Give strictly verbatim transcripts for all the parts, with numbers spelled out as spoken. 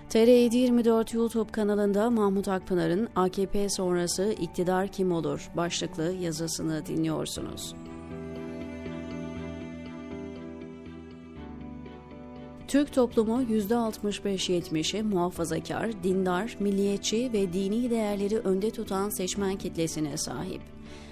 T R yedi yirmi dört YouTube kanalında Mahmut Akpınar'ın A K P sonrası iktidar kim olur başlıklı yazısını dinliyorsunuz. Türk toplumu yüzde altmış beş yetmişi muhafazakar, dindar, milliyetçi ve dini değerleri önde tutan seçmen kitlesine sahip.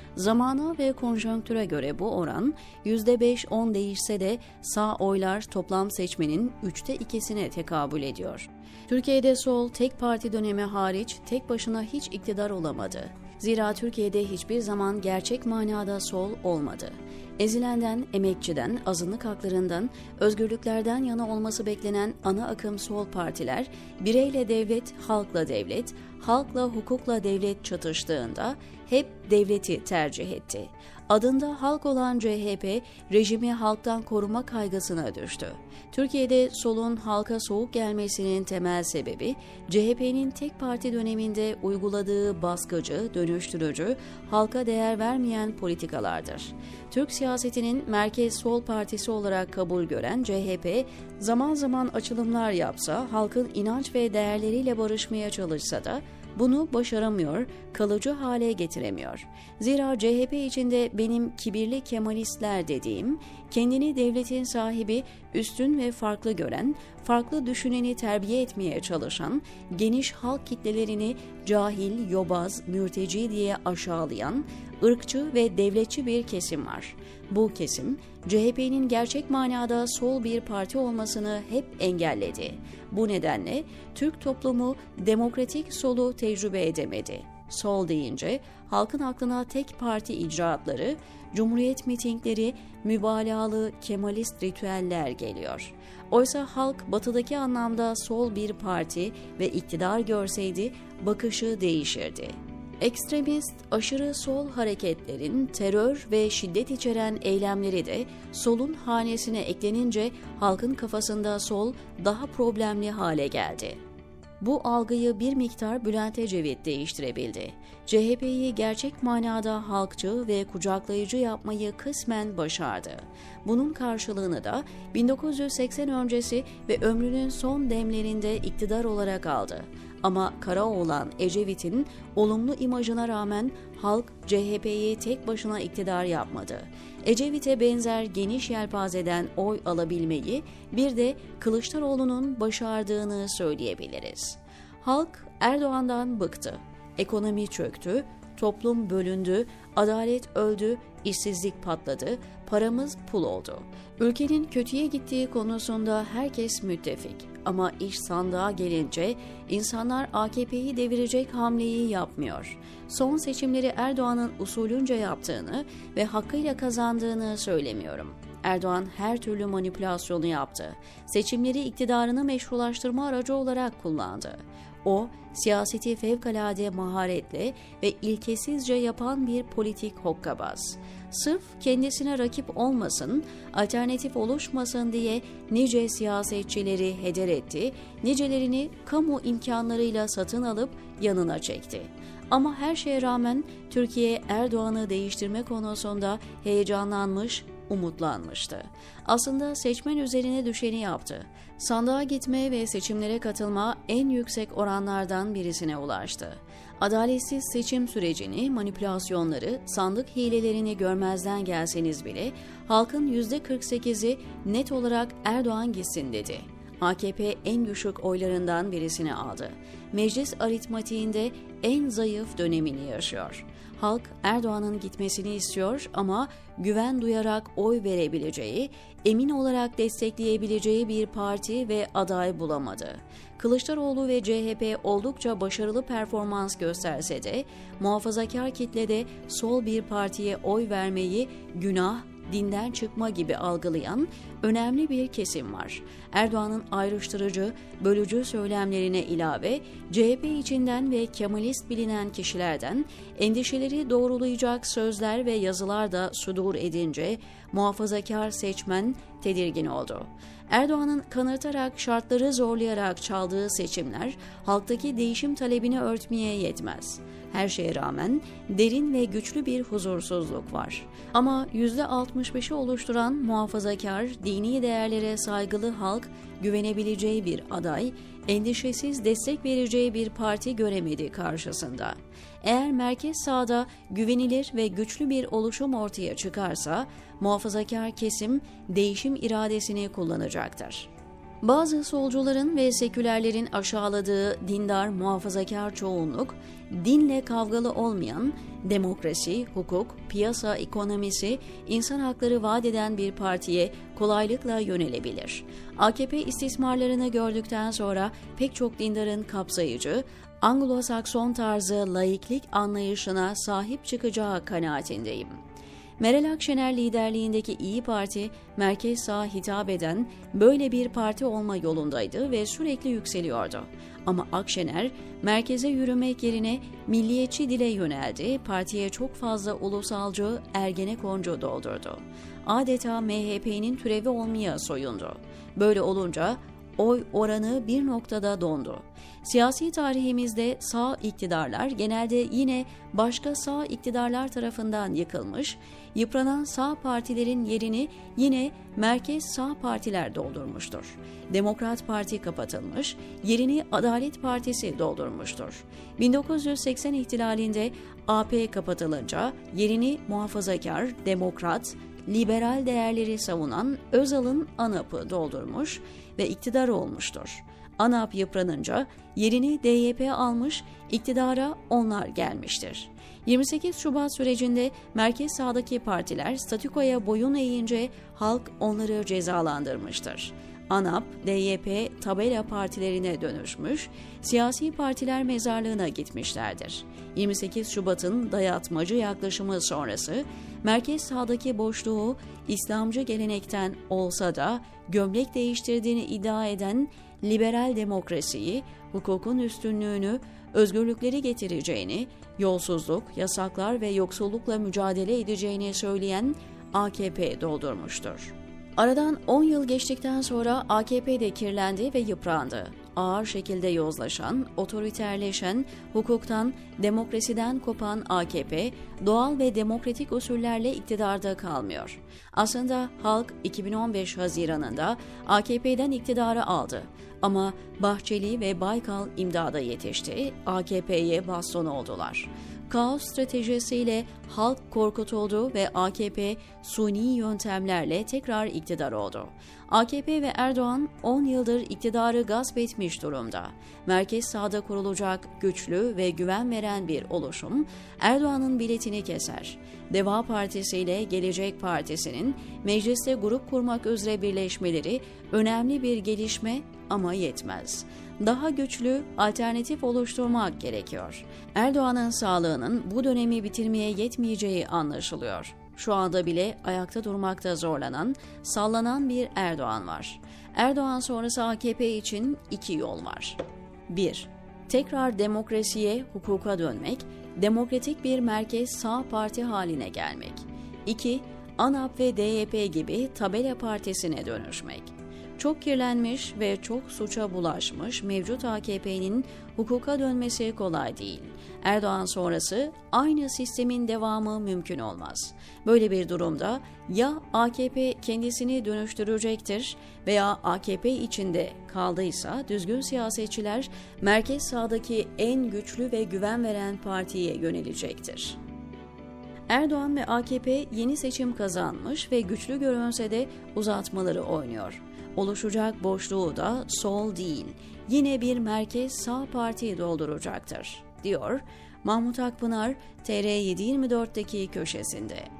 Zamana ve konjonktüre göre bu oran yüzde beş on değişse de sağ oylar toplam seçmenin üçte ikisine tekabül ediyor. Türkiye'de sol tek parti dönemi hariç tek başına hiç iktidar olamadı. Zira Türkiye'de hiçbir zaman gerçek manada sol olmadı. Ezilenden, emekçiden, azınlık haklarından, özgürlüklerden yana olması beklenen ana akım sol partiler, bireyle devlet, halkla devlet, halkla hukukla devlet çatıştığında hep devleti tercih etti. Adında halk olan C H P, rejimi halktan koruma kaygısına düştü. Türkiye'de solun halka soğuk gelmesinin temel sebebi, C H P'nin tek parti döneminde uyguladığı baskıcı, dönüştürücü, halka değer vermeyen politikalardır. Türk siyasetinin merkez sol partisi olarak kabul gören C H P, zaman zaman açılımlar yapsa, halkın inanç ve değerleriyle barışmaya çalışsa da, bunu başaramıyor, kalıcı hale getiremiyor. Zira C H P içinde benim kibirli Kemalistler dediğim, kendini devletin sahibi, üstün ve farklı gören, farklı düşüneni terbiye etmeye çalışan, geniş halk kitlelerini cahil, yobaz, mürteci diye aşağılayan, ırkçı ve devletçi bir kesim var. Bu kesim, C H P'nin gerçek manada sol bir parti olmasını hep engelledi. Bu nedenle Türk toplumu demokratik solu tecrübe edemedi. Sol deyince halkın aklına tek parti icraatları, cumhuriyet mitingleri, mübalağalı Kemalist ritüeller geliyor. Oysa halk batıdaki anlamda sol bir parti ve iktidar görseydi bakışı değişirdi. Ekstremist, aşırı sol hareketlerin terör ve şiddet içeren eylemleri de solun hanesine eklenince halkın kafasında sol daha problemli hale geldi. Bu algıyı bir miktar Bülent Ecevit değiştirebildi. C H P'yi gerçek manada halkçı ve kucaklayıcı yapmayı kısmen başardı. Bunun karşılığını da bin dokuz yüz seksen öncesi ve ömrünün son demlerinde iktidar olarak aldı. Ama Karaoğlan Ecevit'in olumlu imajına rağmen halk C H P'yi tek başına iktidar yapmadı. Ecevit'e benzer geniş yelpazeden oy alabilmeyi bir de Kılıçdaroğlu'nun başardığını söyleyebiliriz. Halk Erdoğan'dan bıktı. Ekonomi çöktü, toplum bölündü, adalet öldü, işsizlik patladı, paramız pul oldu. Ülkenin kötüye gittiği konusunda herkes müttefik. Ama iş sandığa gelince insanlar A K P'yi devirecek hamleyi yapmıyor. Son seçimleri Erdoğan'ın usulünce yaptığını ve hakkıyla kazandığını söylemiyorum. Erdoğan her türlü manipülasyonu yaptı. Seçimleri iktidarını meşrulaştırma aracı olarak kullandı. O, siyaseti fevkalade maharetle ve ilkesizce yapan bir politik hokkabaz. Sırf kendisine rakip olmasın, alternatif oluşmasın diye nice siyasetçileri heder etti, nicelerini kamu imkanlarıyla satın alıp yanına çekti. Ama her şeye rağmen Türkiye Erdoğan'ı değiştirme konusunda heyecanlanmış, umutlanmıştı. Aslında seçmen üzerine düşeni yaptı. Sandığa gitme ve seçimlere katılma en yüksek oranlardan birisine ulaştı. Adaletsiz seçim sürecini, manipülasyonları, sandık hilelerini görmezden gelseniz bile halkın yüzde kırk sekizi net olarak Erdoğan gitsin dedi. A K P en düşük oylarından birisini aldı. Meclis aritmatiğinde en zayıf dönemini yaşıyor. Halk Erdoğan'ın gitmesini istiyor ama güven duyarak oy verebileceği, emin olarak destekleyebileceği bir parti ve aday bulamadı. Kılıçdaroğlu ve C H P oldukça başarılı performans gösterse de muhafazakar kitlede sol bir partiye oy vermeyi günah, dinden çıkma gibi algılayan önemli bir kesim var. Erdoğan'ın ayrıştırıcı, bölücü söylemlerine ilave C H P içinden ve Kemalist bilinen kişilerden endişeleri doğrulayacak sözler ve yazılar da sudur edince muhafazakar seçmen tedirgin oldu. Erdoğan'ın kanırtarak, şartları zorlayarak çaldığı seçimler halktaki değişim talebini örtmeye yetmez. Her şeye rağmen derin ve güçlü bir huzursuzluk var. Ama yüzde altmış beşi oluşturan muhafazakar, dini değerlere saygılı halk güvenebileceği bir aday, endişesiz destek vereceği bir parti göremedi karşısında. Eğer merkez sağda güvenilir ve güçlü bir oluşum ortaya çıkarsa, muhafazakar kesim değişim iradesini kullanacaktır. Bazı solcuların ve sekülerlerin aşağıladığı dindar muhafazakar çoğunluk, dinle kavgalı olmayan, demokrasi, hukuk, piyasa ekonomisi, insan hakları vaat eden bir partiye kolaylıkla yönelebilir. A K P istismarlarını gördükten sonra pek çok dindarın kapsayıcı, Anglo-Sakson tarzı laiklik anlayışına sahip çıkacağı kanaatindeyim. Meral Akşener liderliğindeki İyi Parti, merkez sağa hitap eden böyle bir parti olma yolundaydı ve sürekli yükseliyordu. Ama Akşener, merkeze yürümek yerine milliyetçi dile yöneldi, partiye çok fazla ulusalcı, ergenekoncu doldurdu. Adeta M H P'nin türevi olmaya soyundu. Böyle olunca oy oranı bir noktada dondu. Siyasi tarihimizde sağ iktidarlar genelde yine başka sağ iktidarlar tarafından yıkılmış, yıpranan sağ partilerin yerini yine merkez sağ partiler doldurmuştur. Demokrat Parti kapatılmış, yerini Adalet Partisi doldurmuştur. bin dokuz yüz seksen ihtilalinde A P kapatılınca yerini muhafazakar, demokrat, liberal değerleri savunan Özal'ın ANAP'ı doldurmuş ve iktidar olmuştur. ANAP yıpranınca yerini D Y P almış, iktidara onlar gelmiştir. yirmi sekiz Şubat sürecinde merkez sağdaki partiler statükoya boyun eğince halk onları cezalandırmıştır. ANAP, D Y P tabela partilerine dönüşmüş, siyasi partiler mezarlığına gitmişlerdir. yirmi sekiz Şubat'ın dayatmacı yaklaşımı sonrası, merkez sağdaki boşluğu İslamcı gelenekten olsa da gömlek değiştirdiğini iddia eden liberal demokrasiyi, hukukun üstünlüğünü, özgürlükleri getireceğini, yolsuzluk, yasaklar ve yoksullukla mücadele edeceğini söyleyen A K P doldurmuştur. Aradan on yıl geçtikten sonra A K P de kirlendi ve yıprandı. Ağır şekilde yozlaşan, otoriterleşen, hukuktan, demokrasiden kopan A K P, doğal ve demokratik usullerle iktidarda kalmıyor. Aslında halk iki bin on beş Haziran'ında A K P'den iktidarı aldı. Ama Bahçeli ve Baykal imdada yetişti, A K P'ye baston oldular. Kaos stratejisiyle halk korkutuldu ve A K P suni yöntemlerle tekrar iktidar oldu. A K P ve Erdoğan on yıldır iktidarı gasp etmiş durumda. Merkez sağda kurulacak güçlü ve güven veren bir oluşum Erdoğan'ın biletini keser. Deva Partisi ile Gelecek Partisi'nin mecliste grup kurmak üzere birleşmeleri önemli bir gelişme ama yetmez. Daha güçlü alternatif oluşturmak gerekiyor. Erdoğan'ın sağlığının bu dönemi bitirmeye yetmeyeceği anlaşılıyor. Şu anda bile ayakta durmakta zorlanan, sallanan bir Erdoğan var. Erdoğan sonrası A K P için iki yol var. bir Tekrar demokrasiye, hukuka dönmek, demokratik bir merkez sağ parti haline gelmek. iki ANAP ve D Y P gibi tabela partisine dönüşmek. Çok kirlenmiş ve çok suça bulaşmış mevcut A K P'nin hukuka dönmesi kolay değil. Erdoğan sonrası aynı sistemin devamı mümkün olmaz. Böyle bir durumda ya A K P kendisini dönüştürecektir veya A K P içinde kaldıysa düzgün siyasetçiler merkez sağdaki en güçlü ve güven veren partiye yönelecektir. Erdoğan ve A K P yeni seçim kazanmış ve güçlü görünse de uzatmaları oynuyor. Oluşacak boşluğu da sol değil, yine bir merkez sağ parti dolduracaktır, diyor Mahmut Akpınar T R yedi yirmi dört'teki köşesinde.